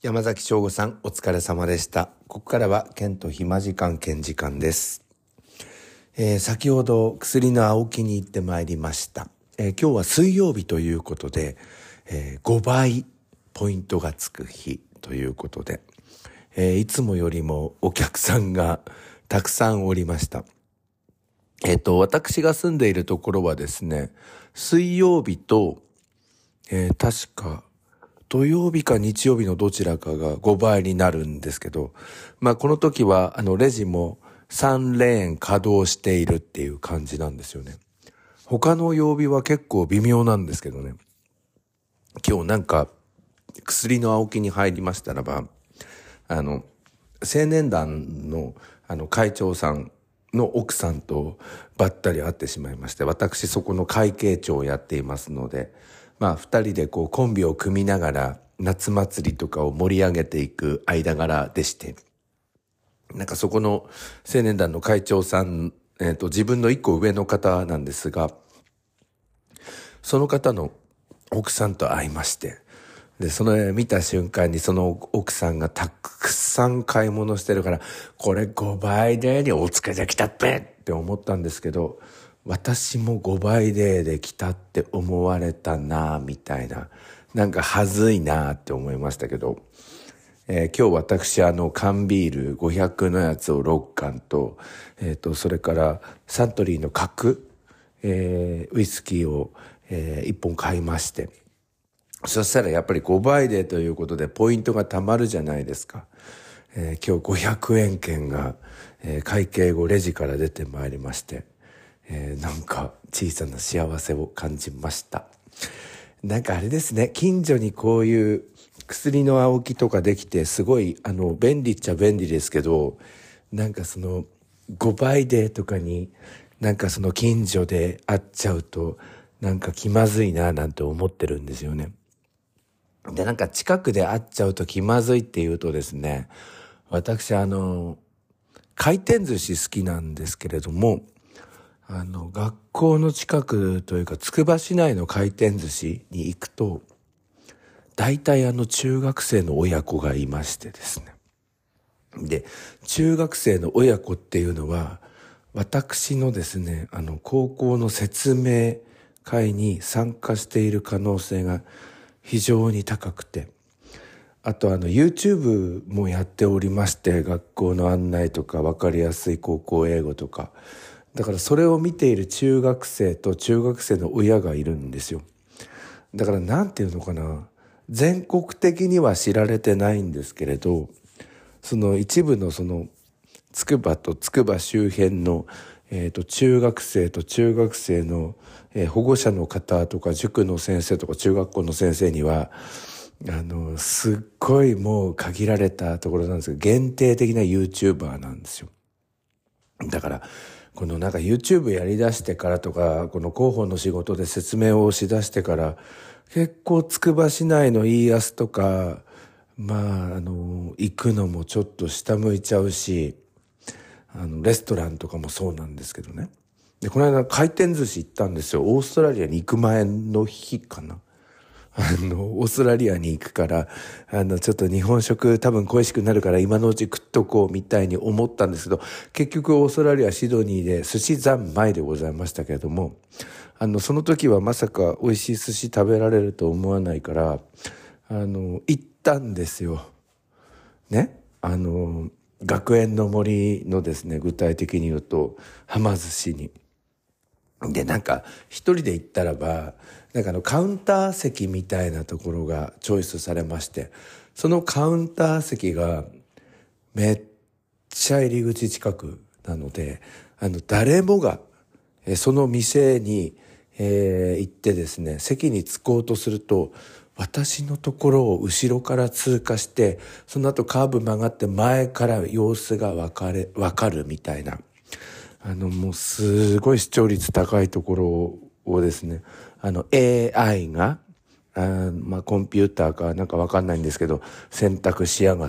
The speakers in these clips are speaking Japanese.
山崎翔吾さん、お疲れ様でした。ここからは、ケント暇時間兼時間です。先ほど薬の青木に行ってまいりました。今日は水曜日ということで、5倍ポイントがつく日ということで、いつもよりもお客さんがたくさんおりました。私が住んでいるところはですね、水曜日と、確か土曜日か日曜日のどちらかが5倍になるんですけど、この時はレジも3レーン稼働しているっていう感じなんですよね。他の曜日は結構微妙なんですけどね。今日なんか薬の青木に入りましたらば、青年団の会長さんの奥さんとばったり会ってしまいまして、私そこの会計長をやっていますので、二人でコンビを組みながら夏祭りとかを盛り上げていく間柄でして、そこの青年団の会長さん、自分の一個上の方なんですが、その方の奥さんと会いまして、で、その絵見た瞬間にその奥さんがたくさん買い物してるから、これ5倍でにおつけてきたって思ったんですけど、私も5倍で来たって思われたなみたいな、はずいなって思いましたけど、今日私缶ビール500のやつを6缶と、それからサントリーの角、ウイスキーを、1本買いまして、そしたらやっぱり5倍でということでポイントが貯まるじゃないですか。今日500円券が、会計後レジから出てまいりまして、小さな幸せを感じました。あれですね、近所にこういう薬の青木とかできてすごい便利っちゃ便利ですけど、その5倍でとかにその近所で会っちゃうと気まずいななんて思ってるんですよね。で近くで会っちゃうと気まずいっていうとですね、私回転寿司好きなんですけれども、学校の近くというかつくば市内の回転寿司に行くと、大体中学生の親子がいましてですね。で、中学生の親子っていうのは、私のですね、高校の説明会に参加している可能性が非常に高くて、あとYouTube もやっておりまして、学校の案内とか分かりやすい高校英語とか、だからそれを見ている中学生と中学生の親がいるんですよ。だからなんていうのかな、全国的には知られてないんですけれど、その一部のつくばとつくば周辺の、中学生と中学生の、保護者の方とか塾の先生とか中学校の先生にはすっごいもう限られたところなんですけど、限定的な YouTuber なんですよ。だからこのYouTube やりだしてからとか、この広報の仕事で説明をしだしてから結構つくば市内の家康とか行くのもちょっと下向いちゃうし、レストランとかもそうなんですけどね。で、この間回転寿司行ったんですよ。オーストラリアに行く前の日かな。オーストラリアに行くから、ちょっと日本食多分恋しくなるから今のうち食っとこうみたいに思ったんですけど、結局オーストラリアシドニーで寿司三昧でございましたけれども、その時はまさか美味しい寿司食べられると思わないから、行ったんですよ。ね。学園の森のですね、具体的に言うと、はま寿司に。で、一人で行ったらば、カウンター席みたいなところがチョイスされまして、そのカウンター席がめっちゃ入り口近くなので、誰もが、その店に、行ってですね、席に着こうとすると、私のところを後ろから通過して、その後カーブ曲がって前から様子がわかるみたいな。もうすごい視聴率高いところをですね、AI が、コンピューターかわかんないんですけど、選択しやがって。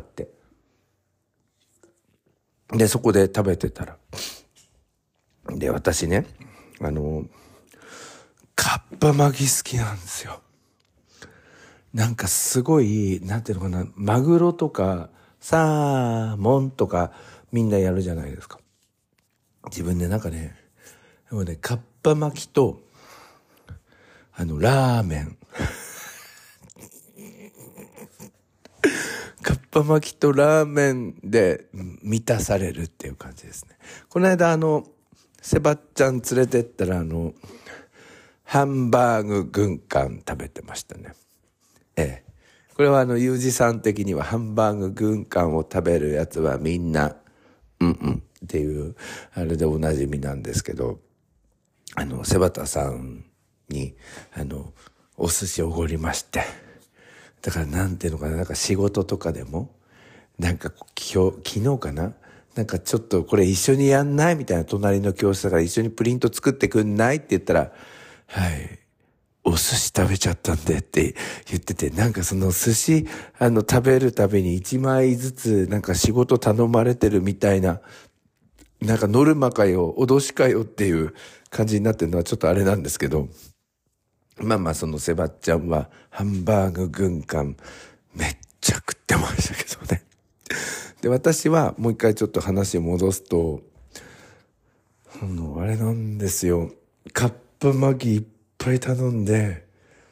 で、そこで食べてたら。で、私ね、かっぱ巻き好きなんですよ。 なんかすごい、なんていうのかな、マグロとか、サーモンとか、みんなやるじゃないですか。自分でなんかね、でもね、かっぱ巻きと、ラーメン。かっぱ巻きとラーメンで満たされるっていう感じですね。この間セバちゃん連れてったらハンバーグ軍艦食べてましたね。これはユージさん的にはハンバーグ軍艦を食べるやつはみんな、っていう、あれでおなじみなんですけど、セバタさんに、お寿司おごりまして。だからなんていうのかな、なんか仕事とかでも、なんか昨日かな、なんかちょっとこれ一緒にやんないみたいな、隣の教室だから一緒にプリント作ってくんないって言ったら、はい、お寿司食べちゃったんでって言ってて、なんかその寿司、食べるたびに1枚ずつなんか仕事頼まれてるみたいな、なんかノルマかよ、脅しかよっていう感じになってるのはちょっとあれなんですけど、そのセバちゃんはハンバーグ軍艦めっちゃ食ってましたけどね。で、私はもう一回ちょっと話を戻すと、あれなんですよ。カップ巻きいっぱい頼んで、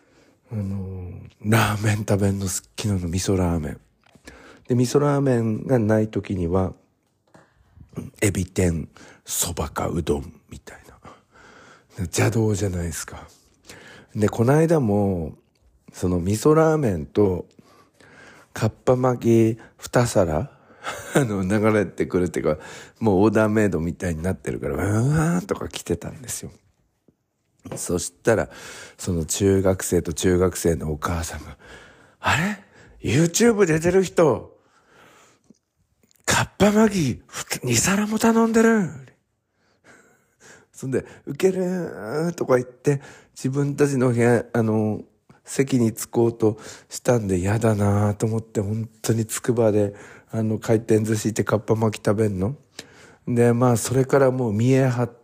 ラーメン食べんの好きなの、味噌ラーメン。で、味噌ラーメンがない時には、エビ天、そばかうどんみたいな。邪道じゃないですか。で、この間も、その味噌ラーメンと、かっぱ巻き2皿流れてくるっていうか、もうオーダーメイドみたいになってるから、うわーとか来てたんですよ。そしたら、その中学生と中学生のお母さんが、あれ ?YouTube 出てる人、かっぱ巻き2皿も頼んでる。そんで、受けるとか言って、自分たちの部屋、席に着こうとしたんで嫌だなと思って、本当につくばで、回転寿司行ってかっぱ巻き食べんの。で、それからもう見え張って、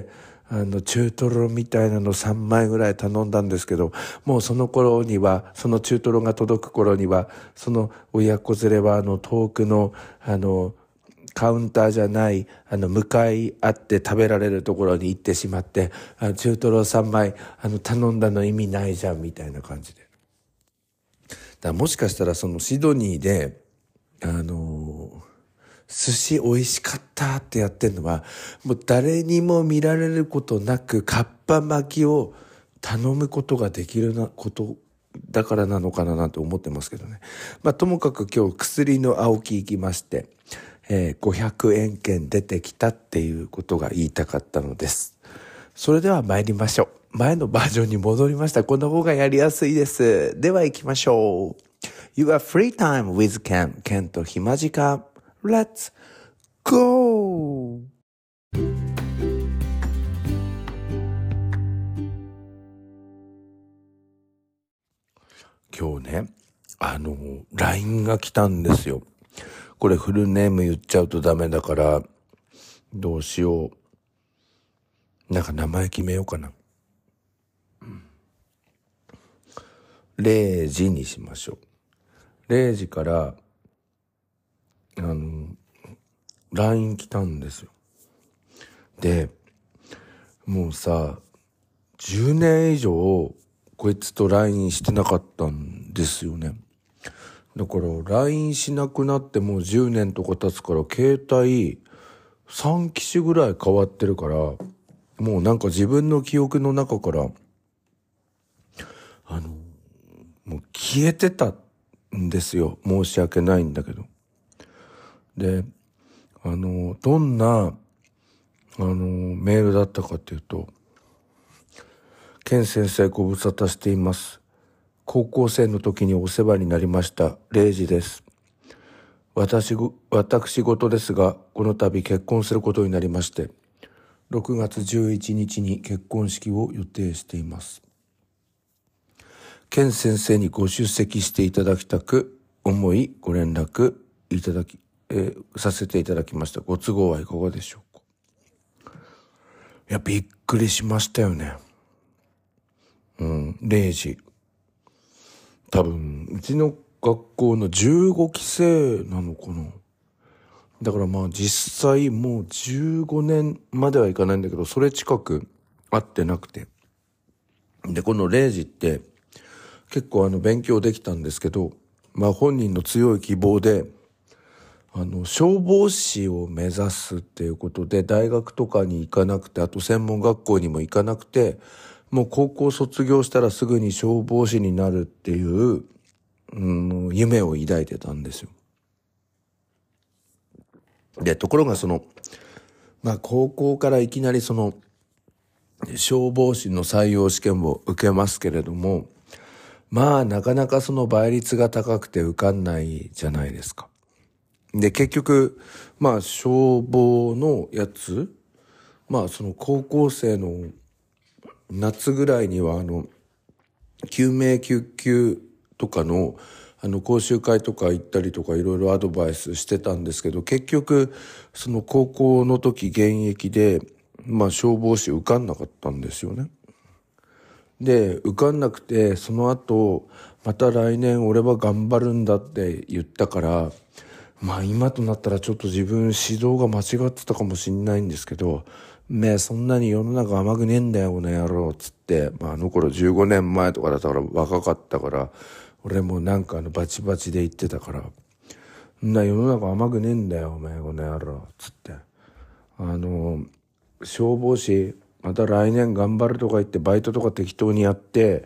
中トロみたいなの3枚ぐらい頼んだんですけど、もうその頃には、その中トロが届く頃には、その親子連れは遠くの、カウンターじゃない、向かい合って食べられるところに行ってしまって、中トロ3枚、頼んだの意味ないじゃん、みたいな感じで。だからもしかしたらそのシドニーで、寿司美味しかったってやってるのは、もう誰にも見られることなく、かっぱ巻きを頼むことができることだからなのかななんて思ってますけどね。ともかく今日薬の青木行きまして、500円券出てきたっていうことが言いたかったのです。それでは参りましょう。前のバージョンに戻りました。この方がやりやすいです。では行きましょう。Your free time with Ken. ケンと暇時間。Let's go! 今日ね、LINE が来たんですよ。これフルネーム言っちゃうとダメだから、どうしよう。なんか名前決めようかな。0時にしましょう。0時から、LINE 来たんですよ。で、もうさ、10年以上、こいつと LINE してなかったんですよね。だから LINE しなくなってもう10年とか経つから、携帯3機種ぐらい変わってるから、もうなんか自分の記憶の中から、もう消えてたんですよ。申し訳ないんだけど。で、どんな、メールだったかっていうと、ケン先生ご無沙汰しています。高校生の時にお世話になりました。レイジです。私事ですが、この度結婚することになりまして、6月11日に結婚式を予定しています。ケン先生にご出席していただきたく思いご連絡いただき、させていただきました。ご都合はいかがでしょうか。いや、びっくりしましたよね。0時。多分うちの学校の15期生なのかな。だからまあ実際もう15年まではいかないんだけど、それ近く会ってなくて。で、この0時って結構勉強できたんですけど、まあ本人の強い希望で、消防士を目指すっていうことで大学とかに行かなくて、あと専門学校にも行かなくて、もう高校卒業したらすぐに消防士になるっていう、夢を抱いてたんですよ。で、ところがまあ高校からいきなり消防士の採用試験を受けますけれども、まあなかなか倍率が高くて受かんないじゃないですか。で、結局、まあ消防のやつ、まあ高校生の夏ぐらいには救命救急とかの講習会とか行ったりとかいろいろアドバイスしてたんですけど、結局高校の時現役でまあ消防士受かんなかったんですよね。で、受かんなくて、その後また来年俺は頑張るんだって言ったから、まあ今となったらちょっと自分指導が間違ってたかもしんないんですけど、そんなに世の中甘くねえんだよこの野郎つって、まああの頃15年前とかだったから若かったから、俺もなんかバチバチで言ってたから、そんな世の中甘くねえんだよお前この野郎つって、消防士また来年頑張るとか言ってバイトとか適当にやって、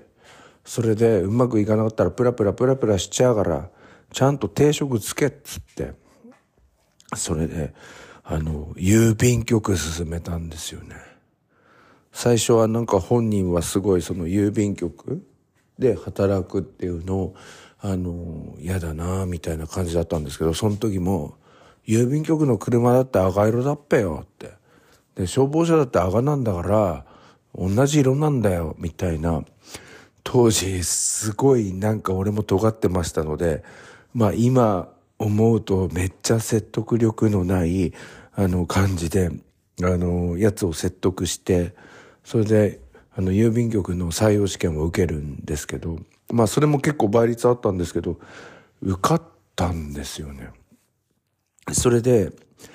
それでうまくいかなかったらプラプラしちゃうから、ちゃんと定職つけっつって、それで郵便局進めたんですよね。最初はなんか本人はすごい郵便局で働くっていうのを嫌だなみたいな感じだったんですけど、その時も郵便局の車だって赤色だっぺよって、で消防車だって赤なんだから同じ色なんだよみたいな、当時すごいなんか俺も尖ってましたので、まあ今思うとめっちゃ説得力のない感じでやつを説得して、それで郵便局の採用試験を受けるんですけど、まあそれも結構倍率あったんですけど受かったんですよね。それで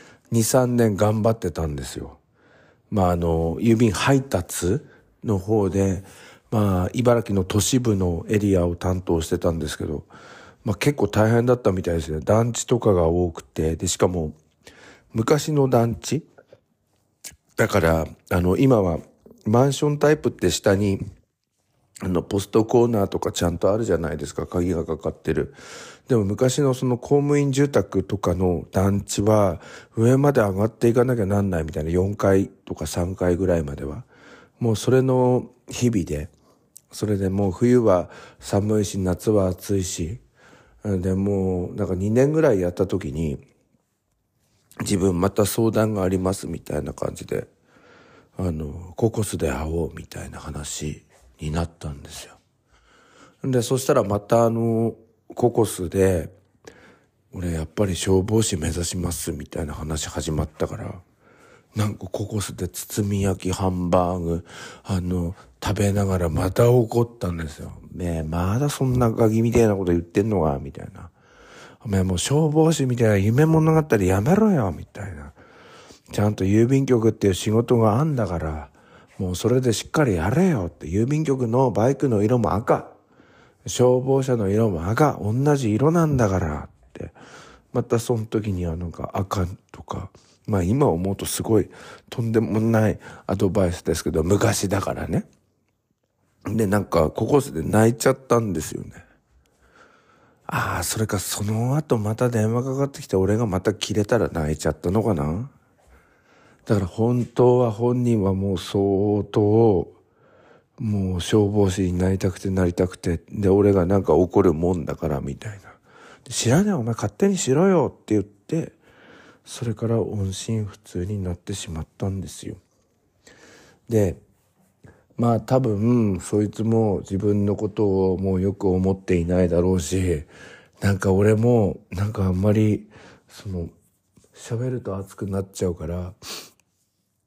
2,3 年頑張ってたんですよ。まあ郵便配達の方で、まあ茨城の都市部のエリアを担当してたんですけど、まあ結構大変だったみたいですね。団地とかが多くて、でしかも昔の団地だから今はマンションタイプって下にポストコーナーとかちゃんとあるじゃないですか、鍵がかかってる。でも昔の公務員住宅とかの団地は上まで上がっていかなきゃなんないみたいな、4階とか3階ぐらいまではもうそれの日々で、それでもう冬は寒いし夏は暑いし、でもうなんか2年ぐらいやった時に自分また相談がありますみたいな感じでココスで会おうみたいな話になったんですよ。でそしたらまたココスで俺やっぱり消防士目指しますみたいな話始まったから、なんかココスで包み焼きハンバーグ食べながらまた怒ったんですよ。まだそんなガキみたいなこと言ってんのかみたいな。お前もう消防士みたいな夢物語やめろよみたいな。ちゃんと郵便局っていう仕事があんだから、もうそれでしっかりやれよって。郵便局のバイクの色も赤、消防車の色も赤、同じ色なんだからって。またその時にはなんか赤とか、まあ今思うとすごいとんでもないアドバイスですけど、昔だからね。でなんかココスで泣いちゃったんですよね。それかその後また電話かかってきて俺がまた切れたら泣いちゃったのかな。だから本当は本人はもう相当もう消防士になりたくてで俺がなんか怒るもんだからみたいな、知らねえお前勝手にしろよって言って、それから音信不通になってしまったんですよ。でまあ多分そいつも自分のことをもうよく思っていないだろうし、なんか俺もなんかあんまり喋ると熱くなっちゃうから、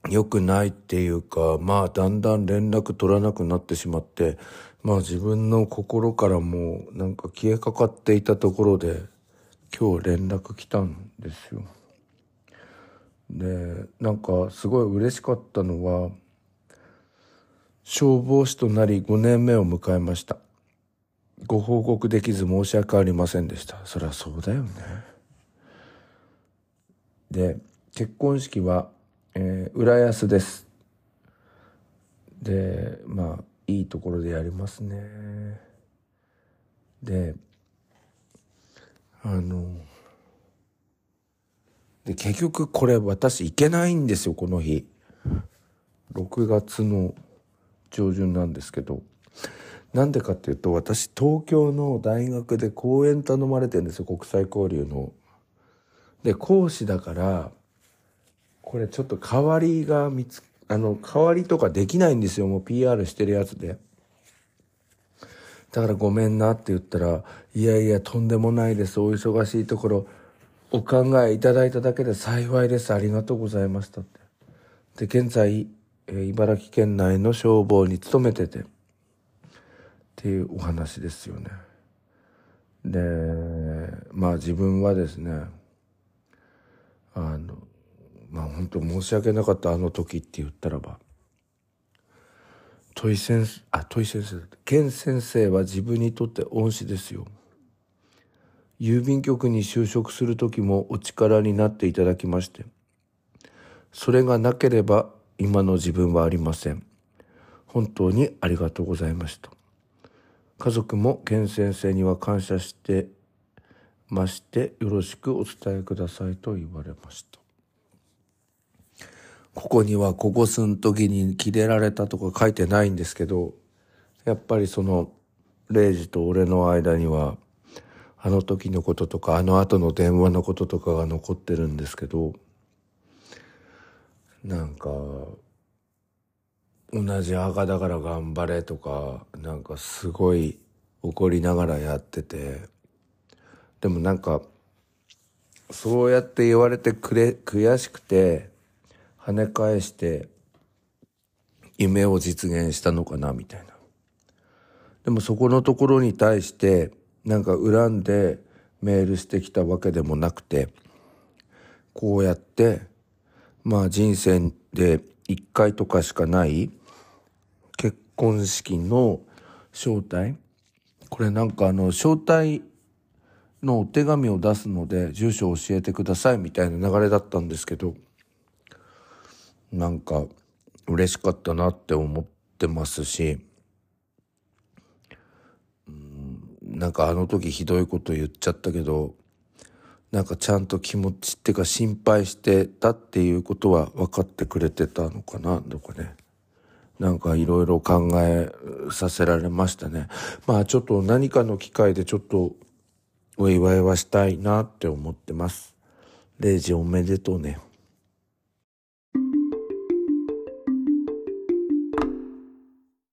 良くないっていうか、だんだん連絡取らなくなってしまって、自分の心からもなんか消えかかっていたところで、今日連絡来たんですよ。で、なんかすごい嬉しかったのは、消防士となり5年目を迎えました。ご報告できず申し訳ありませんでした。そりゃそうだよね。で、結婚式は、浦安です。で、いいところでやりますね。で、結局これ私行けないんですよ、この日。6月の上旬なんですけど。なんでかっていうと、私東京の大学で講演頼まれてるんですよ、国際交流の。で、講師だから、これちょっと代わりとかできないんですよ、もう PR してるやつで。だからごめんなって言ったら、いやいやとんでもないです、お忙しいところお考えいただいただけで幸いです、ありがとうございましたって。で、現在、茨城県内の消防に勤めててっていうお話ですよね。で、自分はですね、本当申し訳なかった、あの時って言ったらば、健先生は自分にとって恩師ですよ。郵便局に就職する時もお力になっていただきまして、それがなければ今の自分はありません。本当にありがとうございました。家族も健先生には感謝してまして、よろしくお伝えくださいと言われました。ここにはここすん時にキレられたとか書いてないんですけど、やっぱりそのレイジと俺の間にはあの時のこととかあの後の電話のこととかが残ってるんですけど、なんか同じ赤だから頑張れとかなんかすごい怒りながらやってて、でもなんかそうやって言われて悔しくて跳ね返して夢を実現したのかなみたいな。でもそこのところに対してなんか恨んでメールしてきたわけでもなくて、こうやって人生で1回とかしかない結婚式の招待、これなんか招待のお手紙を出すので住所を教えてくださいみたいな流れだったんですけど、なんか嬉しかったなって思ってますし、なんかあの時ひどいこと言っちゃったけど、なんかちゃんと気持ちっていうか心配してたっていうことは分かってくれてたのかなとかね。なんかいろいろ考えさせられましたね。ちょっと何かの機会でちょっとお祝いはしたいなって思ってます。レイジおめでとうね。